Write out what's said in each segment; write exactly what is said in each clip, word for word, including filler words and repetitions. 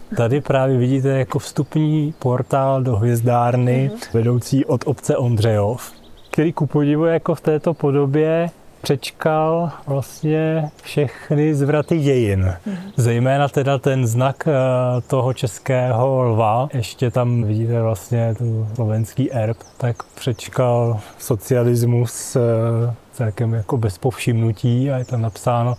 Tady právě vidíte jako vstupní portál do hvězdárny mm-hmm. vedoucí od obce Ondřejov, který ku podivu jako v této podobě přečkal vlastně všechny zvraty dějin. Mm-hmm. Zejména teda ten znak toho českého lva, ještě tam vidíte vlastně tu slovenský erb, tak přečkal socialismus celkem jako bez povšimnutí a je tam napsáno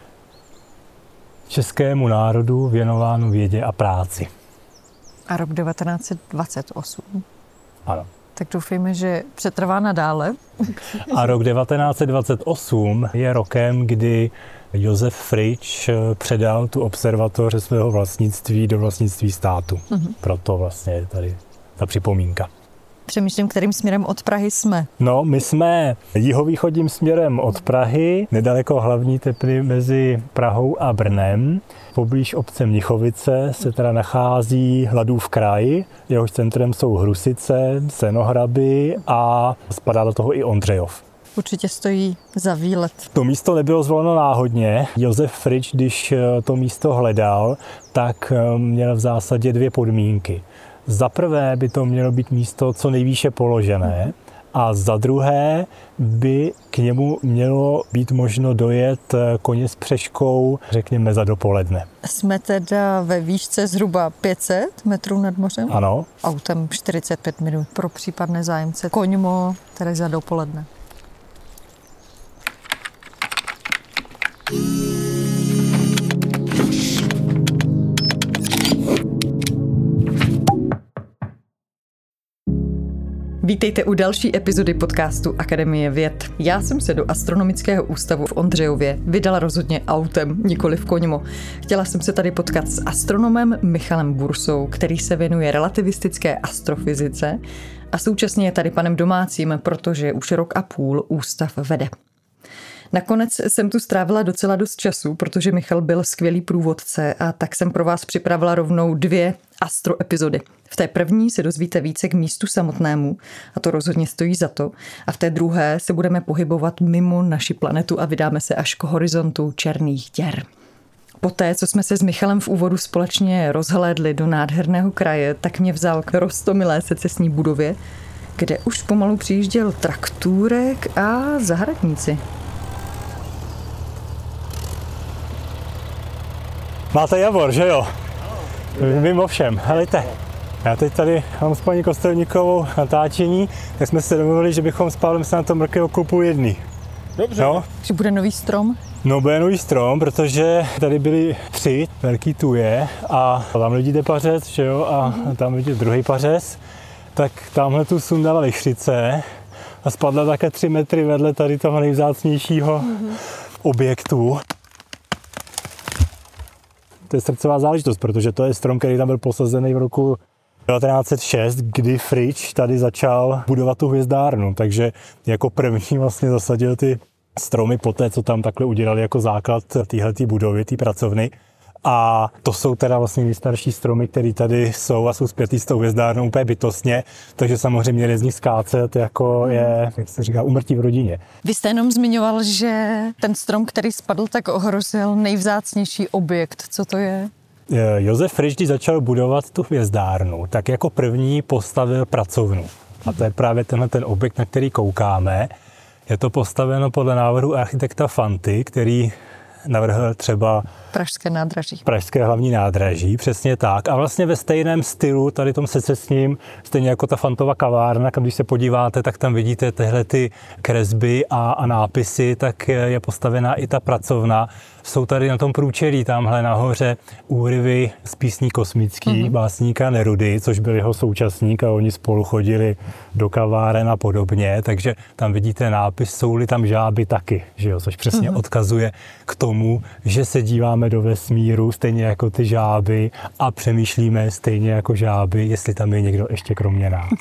českému národu věnováno vědě a práci. A rok devatenáct set dvacet osm. Ano. Tak doufejme, že přetrvá nadále. A rok devatenáct set dvacet osm je rokem, kdy Josef Frič předal tu observatoř svého vlastnictví do vlastnictví státu. Mm-hmm. Proto vlastně je tady ta připomínka. Přemýšlím, kterým směrem od Prahy jsme. No, my jsme jihovýchodním směrem od Prahy, nedaleko hlavní tepny mezi Prahou a Brnem. Poblíž obce Mnichovice se teda nachází Hladův kraj, jehož centrem jsou Hrusice, Senohraby a spadá do toho i Ondřejov. Určitě stojí za výlet. To místo nebylo zvoleno náhodně. Josef Frič, když to místo hledal, tak měl v zásadě dvě podmínky. Za prvé by to mělo být místo co nejvýše položené a za druhé by k němu mělo být možno dojet koně s přeškou, řekněme, za dopoledne. Jsme teda ve výšce zhruba pět set metrů nad mořem? Ano. Autem čtyřicet pět minut pro případné zájemce. Koňmo tedy za dopoledne. Vítejte u další epizody podcastu Akademie věd. Já jsem se do Astronomického ústavu v Ondřejově vydala rozhodně autem, nikoli v koňmo. Chtěla jsem se tady potkat s astronomem Michalem Bursou, který se věnuje relativistické astrofyzice a současně je tady panem domácím, protože už rok a půl ústav vede. Nakonec jsem tu strávila docela dost času, protože Michal byl skvělý průvodce a tak jsem pro vás připravila rovnou dvě astroepizody. V té první se dozvíte více k místu samotnému a to rozhodně stojí za to. A v té druhé se budeme pohybovat mimo naši planetu a vydáme se až k horizontu černých děr. Poté, co jsme se s Michalem v úvodu společně rozhlédli do nádherného kraje, tak mě vzal k roztomilé secesní budově, kde už pomalu přijížděl traktůrek a zahradníci. Máte javor, že jo? Vím o všem. Helejte, já teď tady mám s paní Kostelníkovou natáčení, tak jsme se domluvili, že bychom s Pavlem se na tom roky oklupu jedný. Dobře. No? Že bude nový strom? No, bude nový strom, protože tady byly tři velký tuje a tam vidíte pařez, že jo, a mm-hmm. tam vidíte druhý pařez. Tak tamhle tu sundala lichřice a spadla také tři metry vedle tady toho nejvzácnějšího mm-hmm. objektu. To je srdcová záležitost, protože to je strom, který tam byl posazený v roku devatenáct set šest, kdy Frič tady začal budovat tu hvězdárnu, takže jako první vlastně zasadil ty stromy poté, co tam takhle udělali jako základ téhletý budovy, té pracovny. A to jsou teda vlastně nejstarší stromy, které tady jsou a jsou spjatý s tou hvězdárnou úplně bytostně, takže samozřejmě jde z nich skácet, jako je, jak se říká, úmrtí v rodině. Vy jste jenom zmiňoval, že ten strom, který spadl, tak ohrozil nejvzácnější objekt. Co to je? Josef Frič, když začal budovat tu hvězdárnu, tak jako první postavil pracovnu. A to je právě tenhle ten objekt, na který koukáme. Je to postaveno podle návrhu architekta Fanty, který navrhl třeba Pražské nádraží. Pražské hlavní nádraží, přesně tak. A vlastně ve stejném stylu, tady tom secesním, stejně jako ta Fantova kavárna, když se podíváte, tak tam vidíte tyhle ty kresby a, a nápisy, tak je postavená i ta pracovna. Jsou tady na tom průčelí, tamhle nahoře, úryvy z písní Kosmický, mm-hmm. básníka Nerudy, což byl jeho současník a oni spolu chodili do kaváren a podobně, takže tam vidíte nápis, jsou-li tam žáby taky, že jo, což přesně mm-hmm. odkazuje k tomu, že se díváme do vesmíru stejně jako ty žáby a přemýšlíme stejně jako žáby, jestli tam je někdo ještě kromě nás.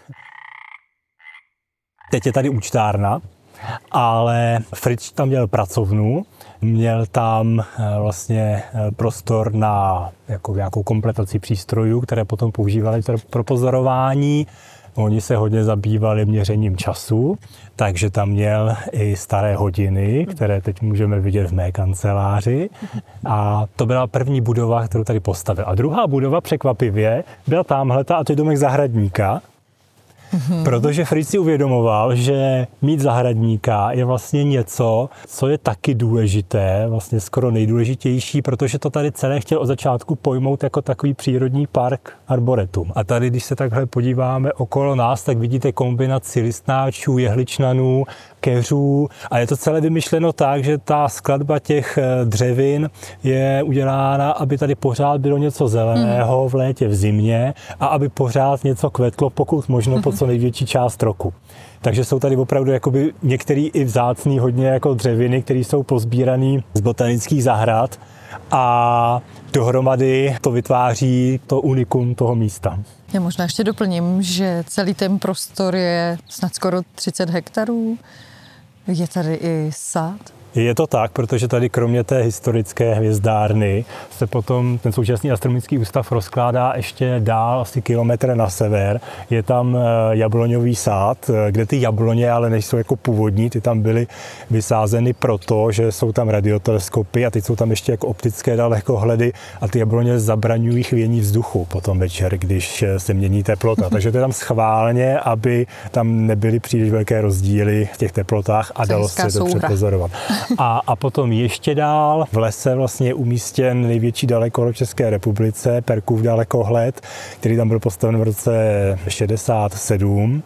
Teď je tady účtárna, ale Frič tam měl pracovnu, měl tam vlastně prostor na jako nějakou kompletaci přístrojů, které potom používali pro pozorování. Oni se hodně zabývali měřením času, takže tam měl i staré hodiny, které teď můžeme vidět v mé kanceláři. A to byla první budova, kterou tady postavil. A druhá budova překvapivě byla tamhleta, a to je domek zahradníka. Mm-hmm. Protože Fritz si uvědomoval, že mít zahradníka je vlastně něco, co je taky důležité, vlastně skoro nejdůležitější, protože to tady celé chtěl od začátku pojmout jako takový přírodní park arboretum. A tady, když se takhle podíváme okolo nás, tak vidíte kombinaci listnáčů, jehličnanů, keřů a je to celé vymyšleno tak, že ta skladba těch dřevin je udělána, aby tady pořád bylo něco zeleného v létě, v zimě a aby pořád něco kvetlo, pokud možno po co největší část roku. Takže jsou tady opravdu jakoby některý i vzácný hodně jako dřeviny, které jsou pozbírané z botanických zahrad a dohromady to vytváří to unikum toho místa. Já možná ještě doplním, že celý ten prostor je snad skoro třicet hektarů. Je tady i sád? Je to tak, protože tady kromě té historické hvězdárny se potom ten současný astronomický ústav rozkládá ještě dál asi kilometr na sever. Je tam jabloňový sád, kde ty jabloně ale nejsou jako původní, ty tam byly vysázeny proto, že jsou tam radioteleskopy a teď jsou tam ještě jako optické dalekohledy a ty jabloně zabraňují chvění vzduchu potom večer, když se mění teplota. Takže to je tam schválně, aby tam nebyly příliš velké rozdíly v těch teplotách a dalo se to předpozorovat. A, a potom ještě dál v lese vlastně je umístěn největší dalekohled v České republice, Perkův dalekohled, který tam byl postaven v roce šedesát sedm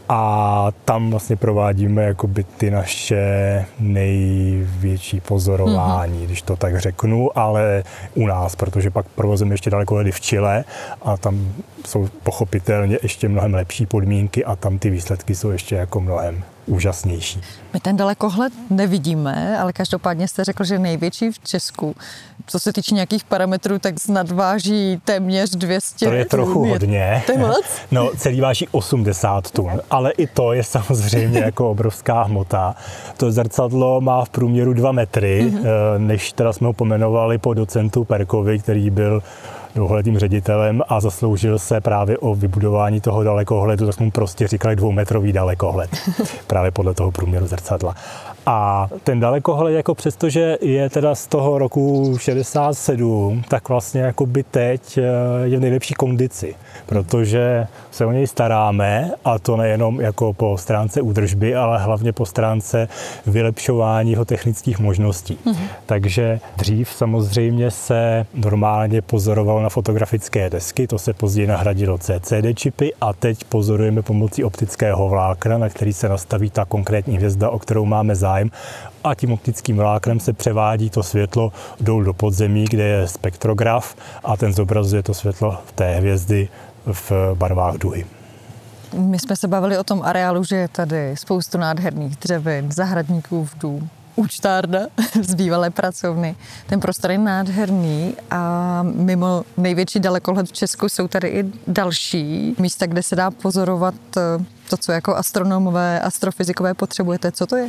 a tam vlastně provádíme jakoby ty naše největší pozorování, mm-hmm. když to tak řeknu, ale u nás, protože pak provozujeme ještě dalekohledy v Chile a tam jsou pochopitelně ještě mnohem lepší podmínky a tam ty výsledky jsou ještě jako mnohem úžasnější. My ten dalekohled nevidíme, ale každopádně jste řekl, že největší v Česku. Co se týče nějakých parametrů, tak snad váží téměř dvě stě. To je trochu hodně. To je moc? No, celý váží osmdesát tun, ale i to je samozřejmě jako obrovská hmota. To zrcadlo má v průměru dva metry, mm-hmm. než teda jsme ho pomenovali po docentu Perkovi, který byl dlouholetým ředitelem a zasloužil se právě o vybudování toho dalekohledu, tak jsme mu prostě říkali dvoumetrový dalekohled, právě podle toho průměru zrcadla. A ten dalekohled, jako přestože je teda z toho roku šedesát sedm, tak vlastně jako by teď je v nejlepší kondici, protože se o něj staráme a to nejenom jako po stránce údržby, ale hlavně po stránce vylepšování jeho technických možností. Mm-hmm. Takže dřív samozřejmě se normálně pozorovalo na fotografické desky, to se později nahradilo C C D čipy a teď pozorujeme pomocí optického vlákna, na který se nastaví ta konkrétní hvězda, o kterou máme zájem a tím optickým vláknem se převádí to světlo dolů do podzemí, kde je spektrograf a ten zobrazuje to světlo té hvězdy v barvách duhy. My jsme se bavili o tom areálu, že je tady spoustu nádherných dřevin, zahradníků v dům, účtárna z bývalé pracovny. Ten prostor je nádherný a mimo největší dalekohled v Česku jsou tady i další místa, kde se dá pozorovat to, co jako astronomové, astrofyzikové potřebujete. Co to je?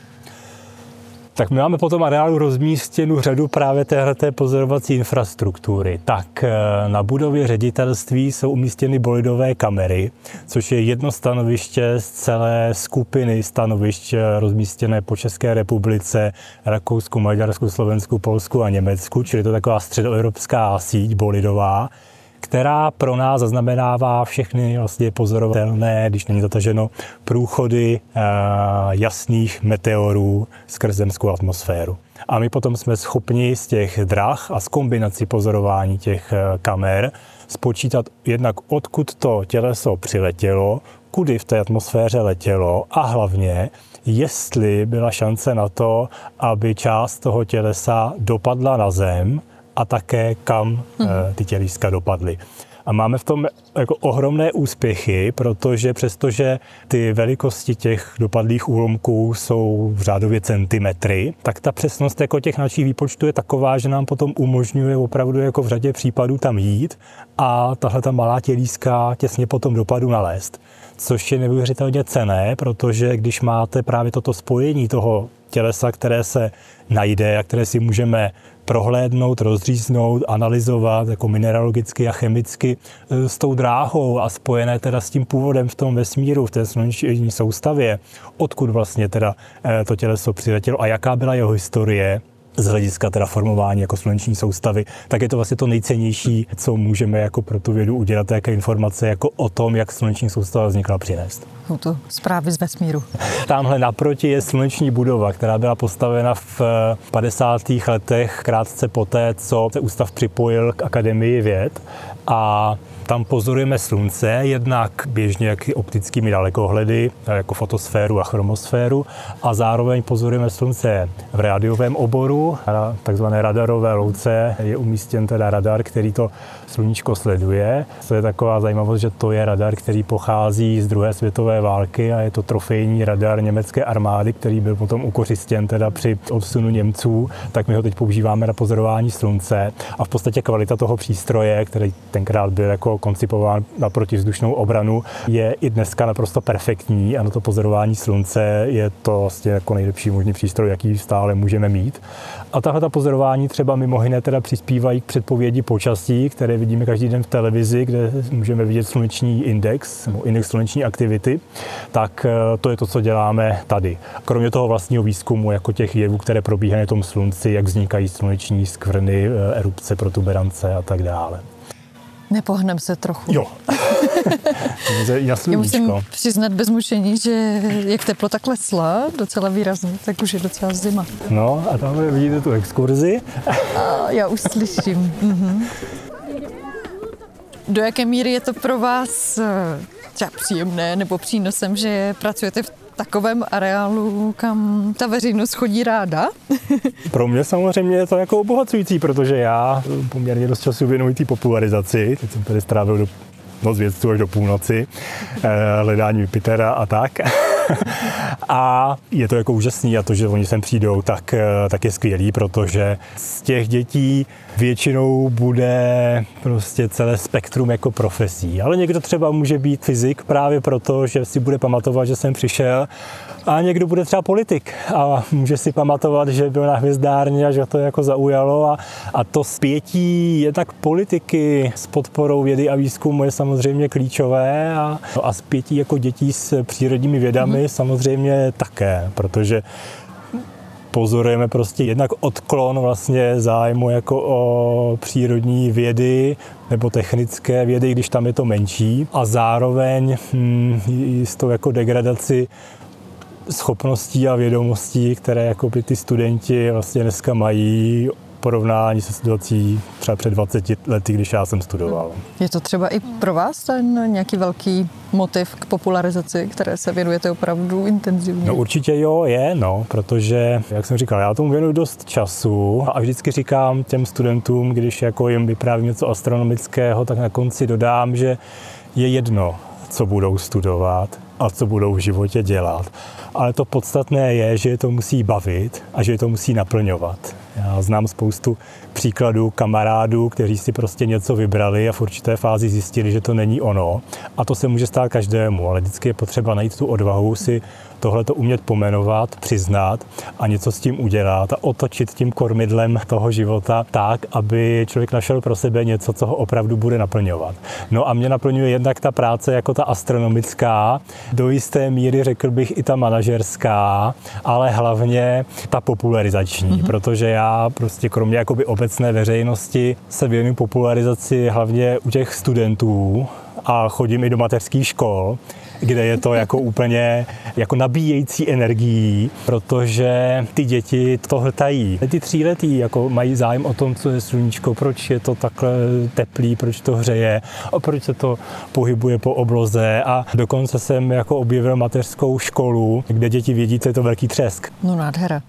Tak my máme po tom areálu rozmístěnu řadu právě téhleté pozorovací infrastruktury. Tak na budově ředitelství jsou umístěny bolidové kamery, což je jedno stanoviště z celé skupiny stanovišť rozmístěné po České republice, Rakousku, Maďarsku, Slovensku, Polsku a Německu, čili to je taková středoevropská síť bolidová, která pro nás zaznamenává všechny vlastně pozorovatelné, když není zataženo, průchody e, jasných meteorů skrz zemskou atmosféru. A my potom jsme schopni z těch drah a z kombinací pozorování těch kamer spočítat jednak odkud to těleso přiletělo, kudy v té atmosféře letělo a hlavně, jestli byla šance na to, aby část toho tělesa dopadla na zem, a také kam hmm. ty tělíska dopadly. A máme v tom jako ohromné úspěchy, protože přestože ty velikosti těch dopadlých úlomků jsou v řádově centimetry, tak ta přesnost jako těch našich výpočtů je taková, že nám potom umožňuje opravdu jako v řadě případů tam jít a tahle ta malá tělíska těsně po tom dopadu nalézt. Což je neuvěřitelně cenné, protože když máte právě toto spojení toho tělesa, které se najde a které si můžeme prohlédnout, rozříznout, analyzovat jako mineralogicky a chemicky s tou dráhou a spojené teda s tím původem v tom vesmíru, v té sluneční soustavě, odkud vlastně teda to těleso přiletělo a jaká byla jeho historie z hlediska teda formování jako sluneční soustavy, tak je to vlastně to nejcennější, co můžeme jako pro tu vědu udělat, jaké informace jako o tom, jak sluneční soustava vznikla, přinést. Jsou to zprávy z vesmíru. Tamhle naproti je sluneční budova, která byla postavena v padesátých letech, krátce poté, co se ústav připojil k Akademii věd a tam pozorujeme slunce, jednak běžně jak optickými dalekohledy, jako fotosféru a chromosféru, a zároveň pozorujeme slunce v rádiovém oboru, na takzvané radarové louce je umístěn teda radar, který to sluníčko sleduje. To je taková zajímavost, že to je radar, který pochází z druhé světové války a je to trofejní radar německé armády, který byl potom ukořistěn teda při odsunu Němců, tak my ho teď používáme na pozorování slunce a v podstatě kvalita toho přístroje, který tenkrát byl jako koncipován na protivzdušnou obranu, je i dneska naprosto perfektní a na to pozorování slunce je to vlastně jako nejlepší možný přístroj, jaký stále můžeme mít. A tahle ta pozorování třeba mimo jiné teda přispívají k předpovědi počasí, které vidíme každý den v televizi, kde můžeme vidět sluneční index, nebo index sluneční aktivity, tak to je to, co děláme tady. Kromě toho vlastního výzkumu, jako těch jevů, které probíhají na tom slunci, jak vznikají sluneční skvrny, erupce, protuberance a tak dále. Nepohnem se trochu. Jo. Já musím přiznat bez mušení, že jak teplota klesla docela výrazně, tak už je docela zima. No a tam vidíte tu exkurzi. A já už slyším. Mhm. Do jaké míry je to pro vás třeba příjemné nebo přínosem, že pracujete v takovém areálu, kam ta veřejnost chodí ráda? Pro mě samozřejmě je to jako obohacující, protože já poměrně dost času věnuji té popularizaci. Teď jsem tady strávil do noc vědců až do půlnoci, hledání Jupitera a tak. A je to jako úžasný a to, že oni sem přijdou, tak, tak je skvělý, protože z těch dětí většinou bude prostě celé spektrum jako profesí. Ale někdo třeba může být fyzik právě proto, že si bude pamatovat, že jsem přišel, a někdo bude třeba politik a může si pamatovat, že byl na hvězdárně a že to jako zaujalo. A, a to spětí jednak politiky s podporou vědy a výzkumu je samozřejmě klíčové a, a spětí jako dětí s přírodními vědami mm. samozřejmě také, protože pozorujeme prostě jednak odklon vlastně zájmu jako o přírodní vědy nebo technické vědy, když tam je to menší, a zároveň hm, s tou jako degradaci schopností a vědomostí, které jako by ty studenti vlastně dneska mají porovnání se situací třeba před dvaceti lety, když já jsem studoval. Je to třeba i pro vás ten nějaký velký motiv k popularizaci, které se věnujete opravdu intenzivně? No určitě jo, je, no, protože, jak jsem říkal, já tomu věnuju dost času a vždycky říkám těm studentům, když jako jim vyprávím něco astronomického, tak na konci dodám, že je jedno, co budou studovat a co budou v životě dělat. Ale to podstatné je, že je to musí bavit a že je to musí naplňovat. Já znám spoustu příkladů kamarádů, kteří si prostě něco vybrali a v určité fázi zjistili, že to není ono. A to se může stát každému, ale vždycky je potřeba najít tu odvahu si tohleto umět pomenovat, přiznat a něco s tím udělat a otočit tím kormidlem toho života tak, aby člověk našel pro sebe něco, co ho opravdu bude naplňovat. No a mě naplňuje jednak ta práce jako ta astronomická, do jisté míry řekl bych i ta manažerská, ale hlavně ta popularizační, mm-hmm. protože já prostě kromě jakoby obecné veřejnosti se věnuju popularizaci hlavně u těch studentů a chodím i do mateřských škol, kde je to jako úplně jako nabíjející energií, protože ty děti to hltají. Ty tříletí jako mají zájem o tom, co je sluníčko, proč je to takhle teplý, proč to hřeje a proč se to pohybuje po obloze, a dokonce jsem jako objevil mateřskou školu, kde děti vědí, co je to velký třesk. No nádhera.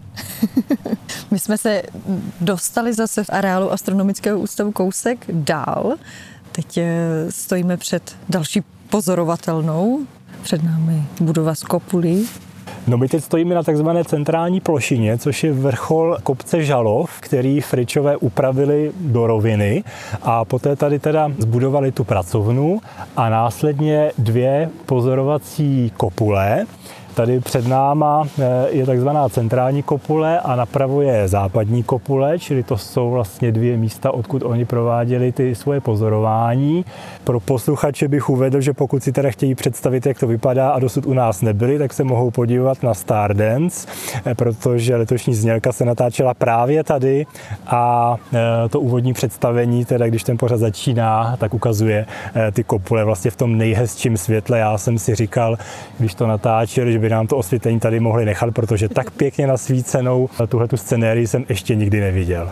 My jsme se dostali zase v areálu Astronomického ústavu kousek dál. Teď stojíme před další pozorovatelnou. Před námi budova z kopulí. No my teď stojíme na takzvané centrální plošině, což je vrchol kopce Žalov, který Fričové upravili do roviny a poté tady teda zbudovali tu pracovnu a následně dvě pozorovací kopule. Tady před náma je takzvaná centrální kopule a napravo je západní kopule, čili to jsou vlastně dvě místa, odkud oni prováděli ty svoje pozorování. Pro posluchače bych uvedl, že pokud si teda chtějí představit, jak to vypadá a dosud u nás nebyli, tak se mohou podívat na Stardance, protože letošní znělka se natáčela právě tady a to úvodní představení, teda když ten pořad začíná, tak ukazuje ty kopule vlastně v tom nejhezčím světle. Já jsem si říkal, když to natáčeli, že by nám to osvětlení tady mohli nechat, protože tak pěkně nasvícenou tuhletu scenérii jsem ještě nikdy neviděl.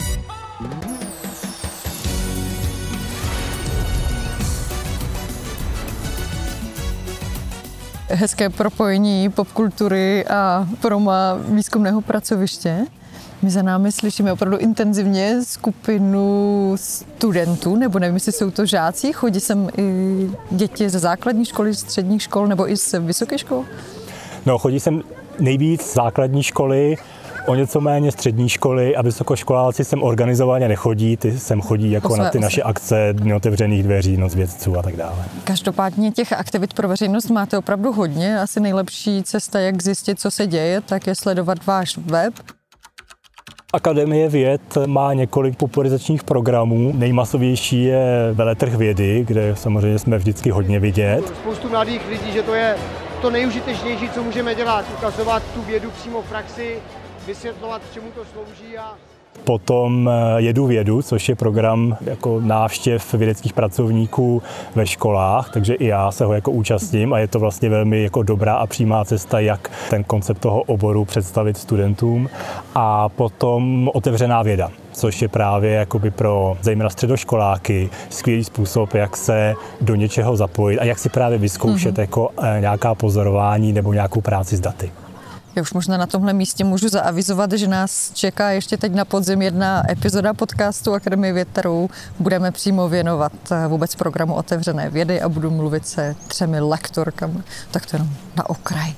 Hezké propojení popkultury a proma výzkumného pracoviště. My za námi slyšíme opravdu intenzivně skupinu studentů, nebo nevím, jestli jsou to žáci, chodí sem i děti ze základní školy, středních škol nebo i z vysoké škol? No, chodí sem nejvíc základní školy, o něco méně střední školy a vysokoškoláci sem organizovaně nechodí, ty sem chodí jako na ty naše akce Dny otevřených dveří, Noc vědců a tak dále. Každopádně těch aktivit pro veřejnost máte opravdu hodně. Asi nejlepší cesta, jak zjistit, co se děje, tak je sledovat váš web. Akademie věd má několik popularizačních programů. Nejmasovější je veletrh vědy, kde samozřejmě jsme vždycky hodně vidět. Spoustu mladých lidí, že to je to nejužitečnější, co můžeme dělat, ukazovat tu vědu přímo v praxi, vysvětlovat, k čemu to slouží. A... Potom Jedu vědu, což je program jako návštěv vědeckých pracovníků ve školách, takže i já se ho jako účastním a je to vlastně velmi jako dobrá a přímá cesta, jak ten koncept toho oboru představit studentům. A potom Otevřená věda, což je právě jakoby pro zejména středoškoláky skvělý způsob, jak se do něčeho zapojit a jak si právě vyzkoušet mm-hmm. jako nějaká pozorování nebo nějakou práci s daty. Já už možná na tomhle místě můžu zaavizovat, že nás čeká ještě teď na podzim jedna epizoda podcastu Akademie věd, kterou budeme přímo věnovat vůbec programu Otevřené vědy a budu mluvit se třemi lektorkami. Tak to jenom na okraj.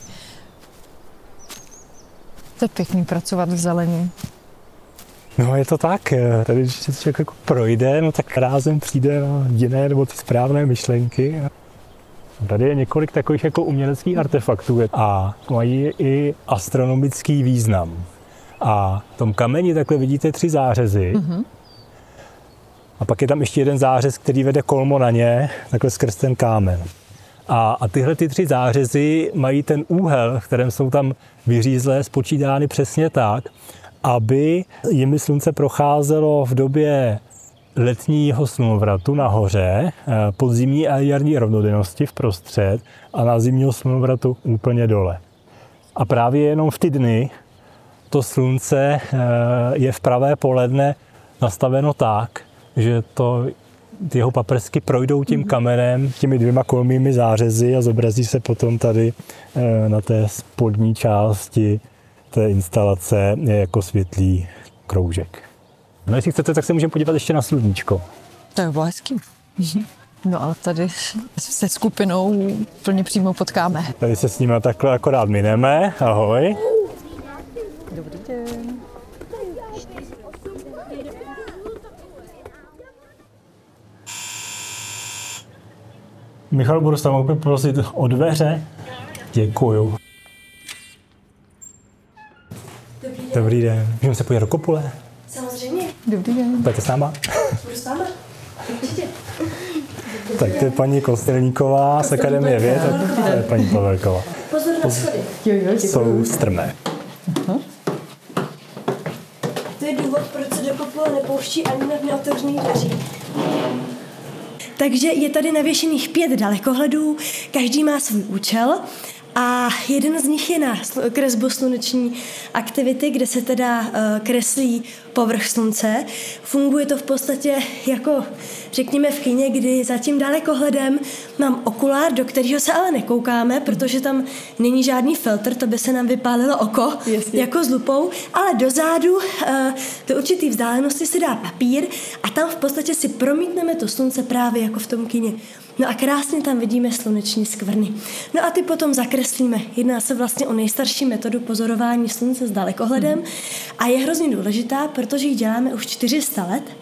To je pěkný pracovat v zelení. No je to tak, tady když se člověk jako projde, no tak rázem přijde na jiné nebo ty správné myšlenky. Tady je několik takových jako uměleckých artefaktů a mají i astronomický význam. A v tom kameni takhle vidíte tři zářezy. Mm-hmm. A pak je tam ještě jeden zářez, který vede kolmo na ně, takhle skrz ten kámen. A, a tyhle ty tři zářezy mají ten úhel, v kterém jsou tam vyřízlé, spočítány přesně tak, aby jimi slunce procházelo v době letního slunovratu nahoře, podzimní a jarní rovnodennosti vprostřed a na zimního slunovratu úplně dole. A právě jenom v ty dny to slunce je v pravé poledne nastaveno tak, že to jeho paprsky projdou tím kamenem, těmi dvěma kolmými zářezy a zobrazí se potom tady na té spodní části té instalace jako světlý kroužek. No jestli chcete, tak se můžeme podívat ještě na sluníčko. To je bylo hezký. No ale tady se skupinou plně přímo potkáme. Tady se s nimi takhle akorát mineme. Ahoj. Dobrý den. Michal, budu se tam opět prosit o dveře. Děkuju. Dobrý den. Dobrý den. Můžeme se podívat do kopule? Samozřejmě. Dobrý den. Pojďte s náma. Budu s váma. Určitě. Tak to je paní Kostelníková z Akademie věd a to je paní Pavelková. Pozor na schody. Jo, jo, Jsou strmé. Aha. To je důvod, proč se do kopule nepouští ani na dny otevřených dveří. Takže je tady navěšených pět dalekohledů, každý má svůj účel. A jeden z nich je na kresbosluneční aktivity, kde se teda uh, kreslí povrch slunce. Funguje to v podstatě jako, řekněme, v kyně, kdy za tím dalekohledem mám okulár, do kterého se ale nekoukáme, protože tam není žádný filtr, to by se nám vypálilo oko, Jasně. jako s lupou, ale dozadu uh, do určitý vzdálenosti se dá papír a tam v podstatě si promítneme to slunce právě jako v tom kyně. No a krásně tam vidíme sluneční skvrny. No a ty potom zakreslíme. Jedná se vlastně o nejstarší metodu pozorování slunce s dalekohledem a je hrozně důležitá, protože ji děláme už čtyři sta let.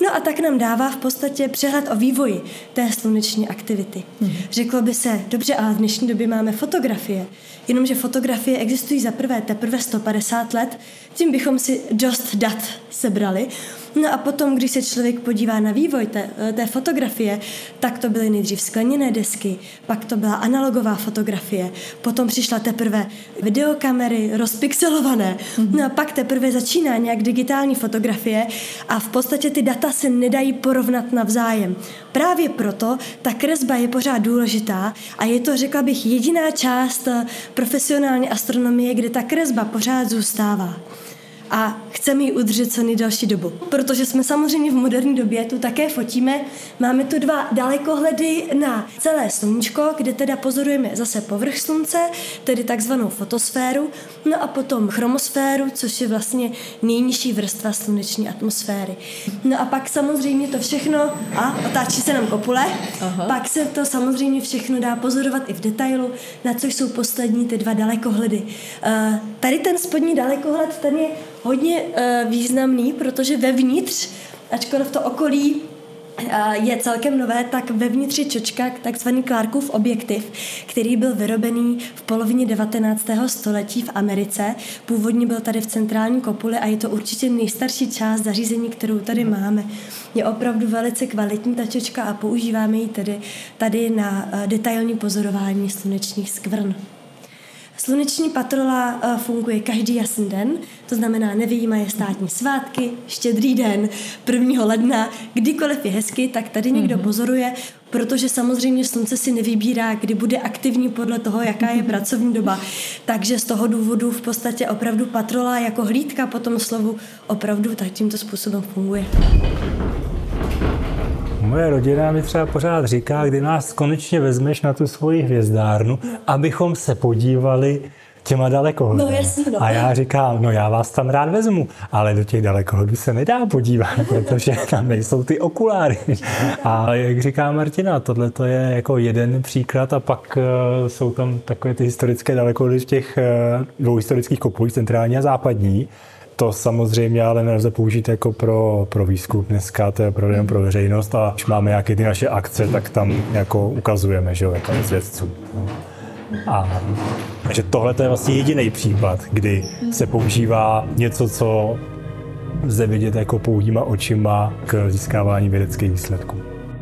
No a tak nám dává v podstatě přehled o vývoji té sluneční aktivity. Hmm. Řeklo by se, dobře, ale v dnešní době máme fotografie. Jenomže fotografie existují za prvé teprve sto padesát let, tím bychom si dost dat sebrali. No a potom, když se člověk podívá na vývoj té, té fotografie, tak to byly nejdřív skleněné desky, pak to byla analogová fotografie, potom přišla teprve videokamery rozpixelované, no a pak teprve začíná nějak digitální fotografie a v podstatě ty data se nedají porovnat navzájem. Právě proto ta kresba je pořád důležitá a je to, řekla bych, jediná část profesionální astronomie, kde ta kresba pořád zůstává. A chceme ji udržet co nejdelší dobu. Protože jsme samozřejmě v moderní době, tu také fotíme. Máme tu dva dalekohledy na celé sluníčko, kde teda pozorujeme zase povrch slunce, tedy takzvanou fotosféru, no a potom chromosféru, což je vlastně nejnižší vrstva sluneční atmosféry. No a pak samozřejmě to všechno, a otáčí se nám kopule, Aha. pak se to samozřejmě všechno dá pozorovat i v detailu, na což jsou poslední ty dva dalekohledy. Uh, tady ten spodní dalekohled, ten je hodně uh, významný, protože vevnitř, ačkoliv to okolí uh, je celkem nové, tak vevnitř je čočka, takzvaný Clarkův objektiv, který byl vyrobený v polovině devatenáctého století v Americe. Původně byl tady v centrální kopuli a je to určitě nejstarší část zařízení, kterou tady máme. Je opravdu velice kvalitní ta čočka a používáme ji tedy tady na uh, detailní pozorování slunečních skvrn. Sluneční patrola funguje každý jasný den, to znamená nevyjímaje státní svátky, štědrý den, prvního ledna, kdykoliv je hezky, tak tady někdo mm-hmm. pozoruje, protože samozřejmě slunce si nevybírá, kdy bude aktivní podle toho, jaká je pracovní doba. Takže z toho důvodu v podstatě opravdu patrola jako hlídka po tom slovu opravdu tak tímto způsobem funguje. Moje rodina mi třeba pořád říká, kdy nás konečně vezmeš na tu svoji hvězdárnu, abychom se podívali těma dalekohledy. No jasně, no. A já říkám, no já vás tam rád vezmu, ale do těch dalekohledů se nedá podívat, protože tam nejsou ty okuláry. A jak říká Martina, tohle to je jako jeden příklad a pak uh, jsou tam takové ty historické dalekohledy v těch uh, dvou historických kopulích, centrální a západní. To samozřejmě ale nelze použít jako pro, pro výzkum dneska, to je pro, jenom pro veřejnost a když máme nějaké ty naše akce, tak tam jako ukazujeme, že jo, jako z vědců. No. A takže tohle je vlastně jediný případ, kdy se používá něco, co lze vidět jako pouhýma očima k získávání vědeckých výsledků.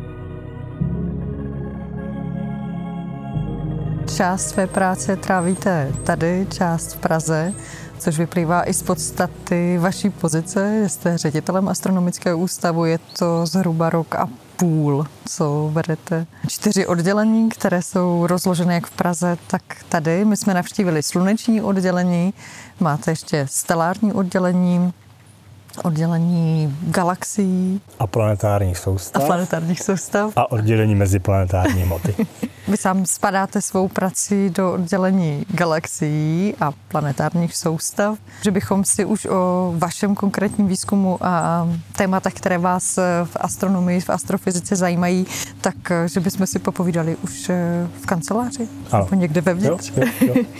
Část své práce trávíte tady, část v Praze, což vyplývá i z podstaty vaší pozice. Jste ředitelem Astronomického ústavu, je to zhruba rok a půl, co vedete čtyři oddělení, které jsou rozložené jak v Praze, tak tady. My jsme navštívili sluneční oddělení, máte ještě stelární oddělení, oddělení galaxií. A planetárních soustav. A planetárních soustav. A oddělení meziplanetární hmoty. Vy sám spadáte svou prací do oddělení galaxií a planetárních soustav. Že bychom si už o vašem konkrétním výzkumu a tématech, které vás v astronomii, v astrofyzice zajímají, tak že bychom si popovídali už v kanceláři, ano. Nebo někde vevnitř. Jo, jo, jo.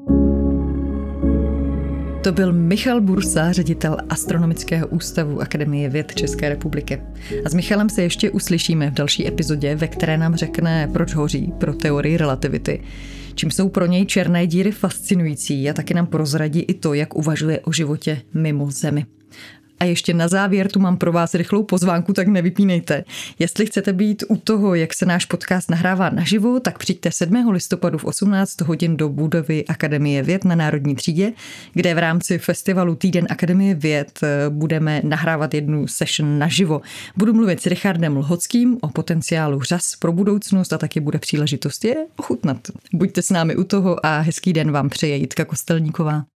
To byl Michal Bursa, ředitel Astronomického ústavu Akademie věd České republiky. A s Michalem se ještě uslyšíme v další epizodě, ve které nám řekne, proč hoří pro teorii relativity, čím jsou pro něj černé díry fascinující a taky nám prozradí i to, jak uvažuje o životě mimo Zemi. A ještě na závěr tu mám pro vás rychlou pozvánku, tak nevypínejte. Jestli chcete být u toho, jak se náš podcast nahrává naživo, tak přijďte sedmého listopadu v osmnáct hodin do budovy Akademie věd na Národní třídě, kde v rámci festivalu Týden Akademie věd budeme nahrávat jednu session naživo. Budu mluvit s Richardem Lhockým o potenciálu řas pro budoucnost a taky bude příležitost je ochutnat. Buďte s námi u toho a hezký den vám přeje Jitka Kostelníková.